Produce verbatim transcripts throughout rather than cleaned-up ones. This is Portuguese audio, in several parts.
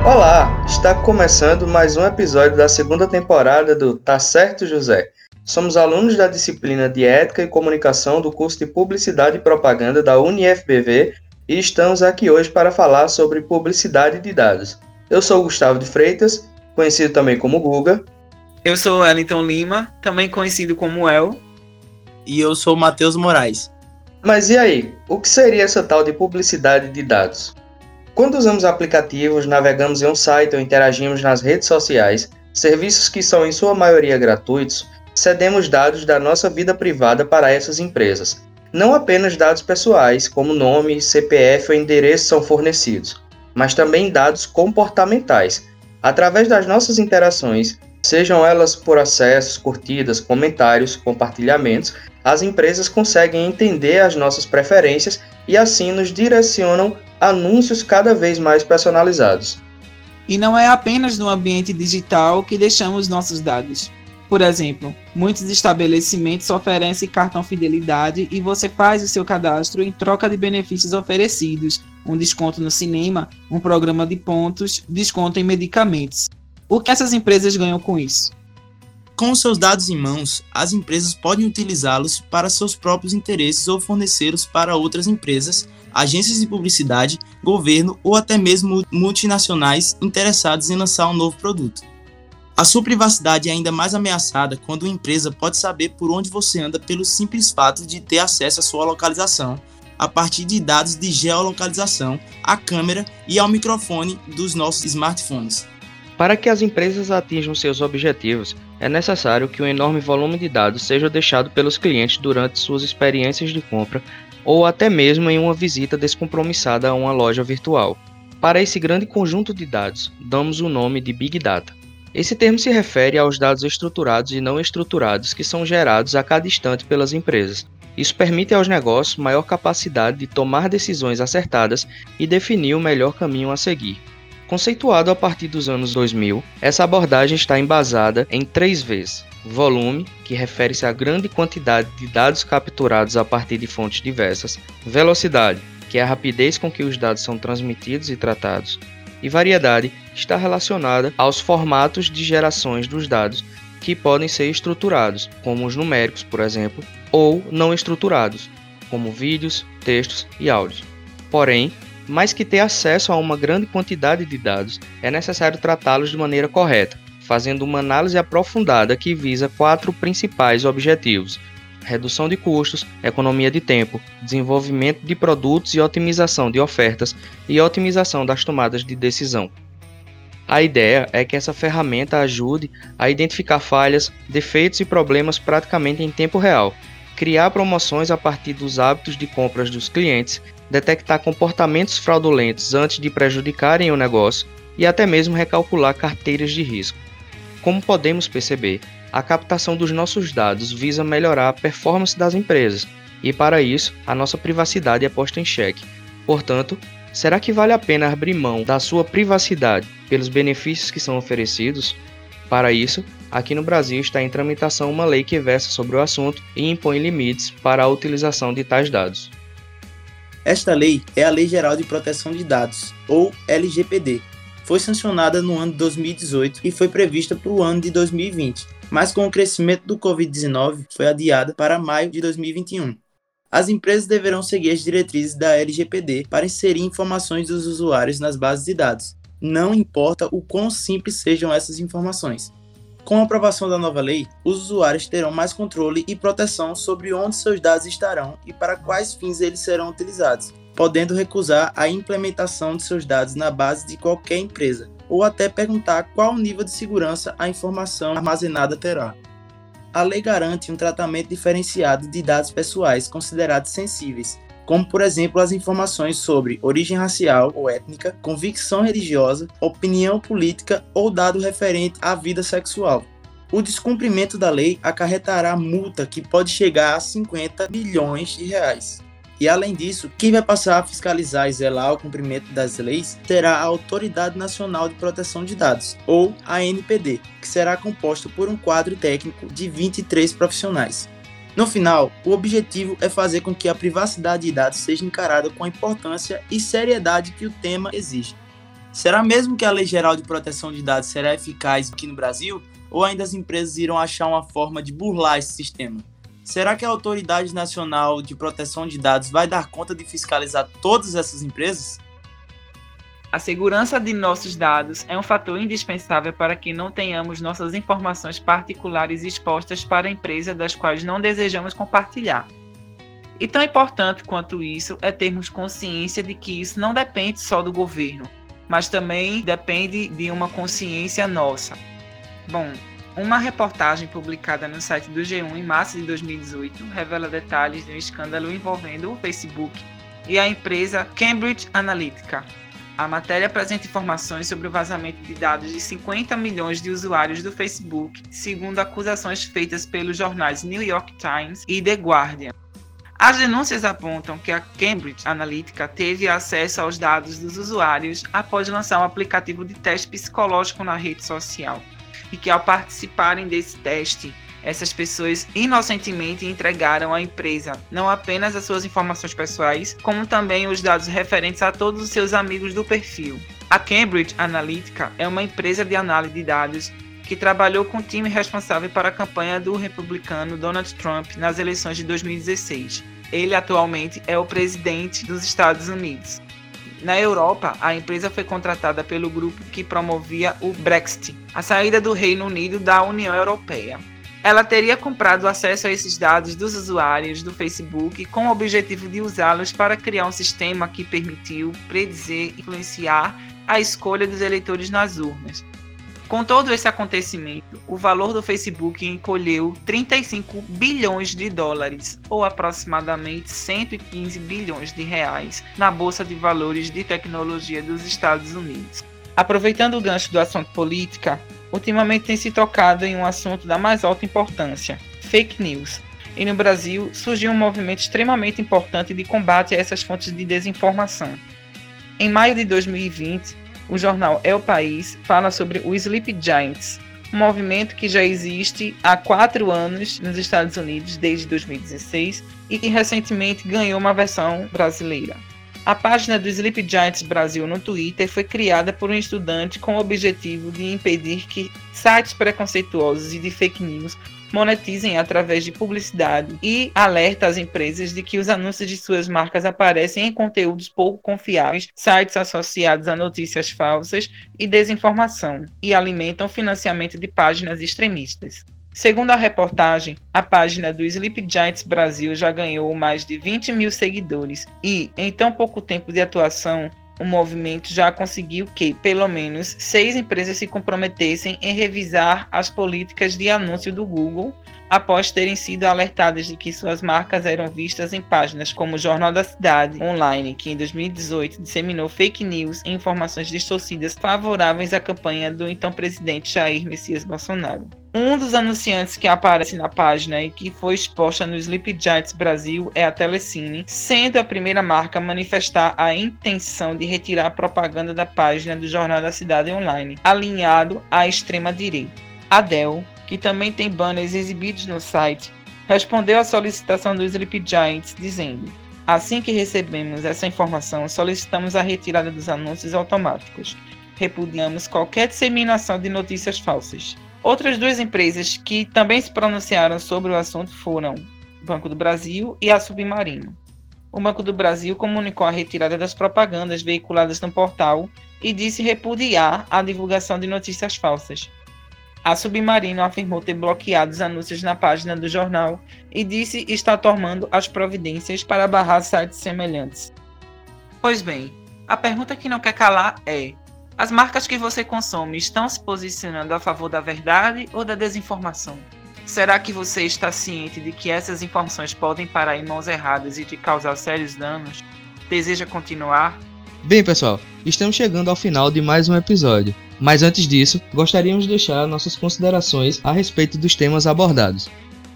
Olá, está começando mais um episódio da segunda temporada do Tá Certo, José? Somos alunos da disciplina de Ética e Comunicação do curso de Publicidade e Propaganda da U N I F B V e estamos aqui hoje para falar sobre publicidade de dados. Eu sou Gustavo de Freitas, conhecido também como Guga. Eu sou Wellington Lima, também conhecido como El. E eu sou Matheus Moraes. Mas e aí, o que seria essa tal de publicidade de dados? Quando usamos aplicativos, navegamos em um site ou interagimos nas redes sociais, serviços que são em sua maioria gratuitos, cedemos dados da nossa vida privada para essas empresas. Não apenas dados pessoais, como nome, C P F ou endereço são fornecidos, mas também dados comportamentais. Através das nossas interações, sejam elas por acessos, curtidas, comentários, compartilhamentos, as empresas conseguem entender as nossas preferências e assim nos direcionam anúncios cada vez mais personalizados. E não é apenas no ambiente digital que deixamos nossos dados. Por exemplo, muitos estabelecimentos oferecem cartão fidelidade e você faz o seu cadastro em troca de benefícios oferecidos, um desconto no cinema, um programa de pontos, desconto em medicamentos. O que essas empresas ganham com isso? Com os seus dados em mãos, as empresas podem utilizá-los para seus próprios interesses ou fornecê-los para outras empresas, agências de publicidade, governo ou até mesmo multinacionais interessados em lançar um novo produto. A sua privacidade é ainda mais ameaçada quando uma empresa pode saber por onde você anda pelo simples fato de ter acesso à sua localização, a partir de dados de geolocalização, à câmera e ao microfone dos nossos smartphones. Para que as empresas atinjam seus objetivos, é necessário que um enorme volume de dados seja deixado pelos clientes durante suas experiências de compra ou até mesmo em uma visita descompromissada a uma loja virtual. Para esse grande conjunto de dados, damos o nome de Big Data. Esse termo se refere aos dados estruturados e não estruturados que são gerados a cada instante pelas empresas. Isso permite aos negócios maior capacidade de tomar decisões acertadas e definir o melhor caminho a seguir. Conceituado a partir dos anos dois mil, essa abordagem está embasada em três V's. Volume, que refere-se à grande quantidade de dados capturados a partir de fontes diversas. Velocidade, que é a rapidez com que os dados são transmitidos e tratados. E variedade, que está relacionada aos formatos de gerações dos dados, que podem ser estruturados, como os numéricos, por exemplo, ou não estruturados, como vídeos, textos e áudios. Porém, mais que ter acesso a uma grande quantidade de dados, é necessário tratá-los de maneira correta, fazendo uma análise aprofundada que visa quatro principais objetivos: redução de custos, economia de tempo, desenvolvimento de produtos e otimização de ofertas e otimização das tomadas de decisão. A ideia é que essa ferramenta ajude a identificar falhas, defeitos e problemas praticamente em tempo real, criar promoções a partir dos hábitos de compras dos clientes, detectar comportamentos fraudulentos antes de prejudicarem o negócio e até mesmo recalcular carteiras de risco. Como podemos perceber, a captação dos nossos dados visa melhorar a performance das empresas e, para isso, a nossa privacidade é posta em xeque. Portanto, será que vale a pena abrir mão da sua privacidade pelos benefícios que são oferecidos? Para isso, aqui no Brasil está em tramitação uma lei que versa sobre o assunto e impõe limites para a utilização de tais dados. Esta lei é a Lei Geral de Proteção de Dados, ou L G P D. Foi sancionada no ano de dois mil e dezoito e foi prevista para o ano de dois mil e vinte, mas com o crescimento do covid dezenove foi adiada para maio de dois mil e vinte e um. As empresas deverão seguir as diretrizes da L G P D para inserir informações dos usuários nas bases de dados, não importa o quão simples sejam essas informações. Com a aprovação da nova lei, os usuários terão mais controle e proteção sobre onde seus dados estarão e para quais fins eles serão utilizados, podendo recusar a implementação de seus dados na base de qualquer empresa, ou até perguntar qual nível de segurança a informação armazenada terá. A lei garante um tratamento diferenciado de dados pessoais considerados sensíveis, como por exemplo as informações sobre origem racial ou étnica, convicção religiosa, opinião política ou dado referente à vida sexual. O descumprimento da lei acarretará multa que pode chegar a cinquenta bilhões de reais. E além disso, quem vai passar a fiscalizar e zelar o cumprimento das leis será a Autoridade Nacional de Proteção de Dados, ou A N P D, que será composta por um quadro técnico de vinte e três profissionais. No final, o objetivo é fazer com que a privacidade de dados seja encarada com a importância e seriedade que o tema exige. Será mesmo que a Lei Geral de Proteção de Dados será eficaz aqui no Brasil? Ou ainda as empresas irão achar uma forma de burlar esse sistema? Será que a Autoridade Nacional de Proteção de Dados vai dar conta de fiscalizar todas essas empresas? A segurança de nossos dados é um fator indispensável para que não tenhamos nossas informações particulares expostas para a empresa das quais não desejamos compartilhar. E tão importante quanto isso é termos consciência de que isso não depende só do governo, mas também depende de uma consciência nossa. Bom, uma reportagem publicada no site do G um em março de dois mil e dezoito revela detalhes de um escândalo envolvendo o Facebook e a empresa Cambridge Analytica. A matéria apresenta informações sobre o vazamento de dados de cinquenta milhões de usuários do Facebook, segundo acusações feitas pelos jornais New York Times e The Guardian. As denúncias apontam que a Cambridge Analytica teve acesso aos dados dos usuários após lançar um aplicativo de teste psicológico na rede social, e que ao participarem desse teste, essas pessoas inocentemente entregaram à empresa não apenas as suas informações pessoais, como também os dados referentes a todos os seus amigos do perfil. A Cambridge Analytica é uma empresa de análise de dados que trabalhou com o time responsável para a campanha do republicano Donald Trump nas eleições de dois mil e dezesseis. Ele atualmente é o presidente dos Estados Unidos. Na Europa, a empresa foi contratada pelo grupo que promovia o Brexit, a saída do Reino Unido da União Europeia. Ela teria comprado acesso a esses dados dos usuários do Facebook com o objetivo de usá-los para criar um sistema que permitiu predizer e influenciar a escolha dos eleitores nas urnas. Com todo esse acontecimento, o valor do Facebook encolheu trinta e cinco bilhões de dólares, ou aproximadamente cento e quinze bilhões de reais, na Bolsa de Valores de Tecnologia dos Estados Unidos. Aproveitando o gancho do assunto política, ultimamente tem se tocado em um assunto da mais alta importância, fake news. E no Brasil surgiu um movimento extremamente importante de combate a essas fontes de desinformação. Em maio de dois mil e vinte, o jornal É o País fala sobre o Sleep Giants, um movimento que já existe há quatro anos nos Estados Unidos, desde dois mil e dezesseis, e que recentemente ganhou uma versão brasileira. A página do Sleep Giants Brasil no Twitter foi criada por um estudante com o objetivo de impedir que sites preconceituosos e de fake news monetizem através de publicidade e alerta as empresas de que os anúncios de suas marcas aparecem em conteúdos pouco confiáveis, sites associados a notícias falsas e desinformação, e alimentam o financiamento de páginas extremistas. Segundo a reportagem, a página do Sleep Giants Brasil já ganhou mais de vinte mil seguidores e, em tão pouco tempo de atuação, o movimento já conseguiu que, pelo menos, seis empresas se comprometessem em revisar as políticas de anúncio do Google após terem sido alertadas de que suas marcas eram vistas em páginas como o Jornal da Cidade Online, que em dois mil e dezoito disseminou fake news e informações distorcidas favoráveis à campanha do então presidente Jair Messias Bolsonaro. Um dos anunciantes que aparece na página e que foi exposta no Sleep Giants Brasil é a Telecine, sendo a primeira marca a manifestar a intenção de retirar a propaganda da página do Jornal da Cidade Online, alinhado à extrema-direita. A Dell, que também tem banners exibidos no site, respondeu à solicitação do Sleep Giants, dizendo: assim que recebemos essa informação, solicitamos a retirada dos anúncios automáticos. Repudiamos qualquer disseminação de notícias falsas. Outras duas empresas que também se pronunciaram sobre o assunto foram o Banco do Brasil e a Submarino. O Banco do Brasil comunicou a retirada das propagandas veiculadas no portal e disse repudiar a divulgação de notícias falsas. A Submarino afirmou ter bloqueado os anúncios na página do jornal e disse estar tomando as providências para barrar sites semelhantes. Pois bem, a pergunta que não quer calar é: as marcas que você consome estão se posicionando a favor da verdade ou da desinformação? Será que você está ciente de que essas informações podem parar em mãos erradas e te causar sérios danos? Deseja continuar? Bem, pessoal, estamos chegando ao final de mais um episódio. Mas antes disso, gostaríamos de deixar nossas considerações a respeito dos temas abordados.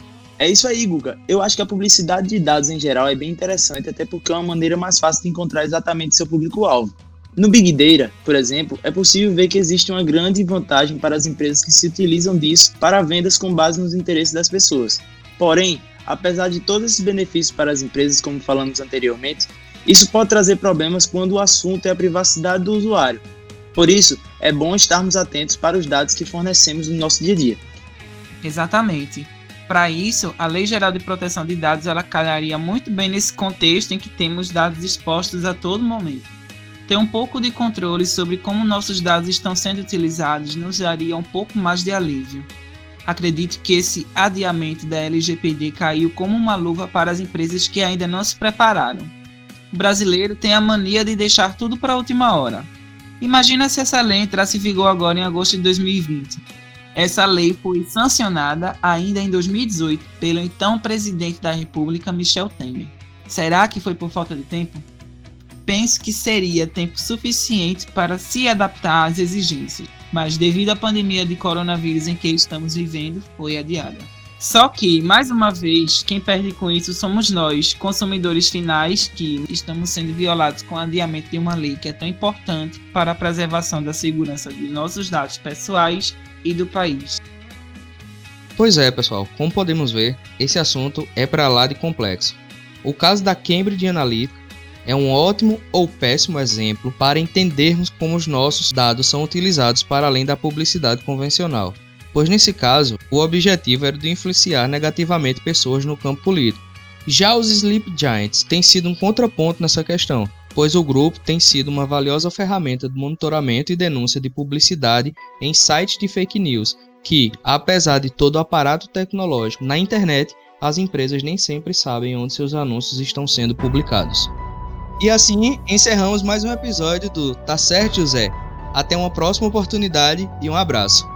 É isso aí, Guga. Eu acho que a publicidade de dados em geral é bem interessante, até porque é uma maneira mais fácil de encontrar exatamente seu público-alvo. No Big Data, por exemplo, é possível ver que existe uma grande vantagem para as empresas que se utilizam disso para vendas com base nos interesses das pessoas. Porém, apesar de todos esses benefícios para as empresas, como falamos anteriormente, isso pode trazer problemas quando o assunto é a privacidade do usuário. Por isso, é bom estarmos atentos para os dados que fornecemos no nosso dia a dia. Exatamente. Para isso, a Lei Geral de Proteção de Dados ela calharia muito bem nesse contexto em que temos dados expostos a todo momento. Ter um pouco de controle sobre como nossos dados estão sendo utilizados nos daria um pouco mais de alívio. Acredito que esse adiamento da L G P D caiu como uma luva para as empresas que ainda não se prepararam. O brasileiro tem a mania de deixar tudo para a última hora. Imagina se essa lei entrasse em vigor agora em agosto de dois mil e vinte. Essa lei foi sancionada ainda em dois mil e dezoito pelo então presidente da República, Michel Temer. Será que foi por falta de tempo? Penso que seria tempo suficiente para se adaptar às exigências, mas devido à pandemia de coronavírus em que estamos vivendo, foi adiada. Só que, mais uma vez, quem perde com isso somos nós, consumidores finais, que estamos sendo violados com o adiamento de uma lei que é tão importante para a preservação da segurança de nossos dados pessoais e do país. Pois é, pessoal, como podemos ver, esse assunto é para lá de complexo. O caso da Cambridge Analytica é um ótimo ou péssimo exemplo para entendermos como os nossos dados são utilizados para além da publicidade convencional, pois nesse caso, o objetivo era de influenciar negativamente pessoas no campo político. Já os Sleep Giants têm sido um contraponto nessa questão, pois o grupo tem sido uma valiosa ferramenta de monitoramento e denúncia de publicidade em sites de fake news, que, apesar de todo o aparato tecnológico na internet, as empresas nem sempre sabem onde seus anúncios estão sendo publicados. E assim, encerramos mais um episódio do Tá Certo, José? Até uma próxima oportunidade e um abraço.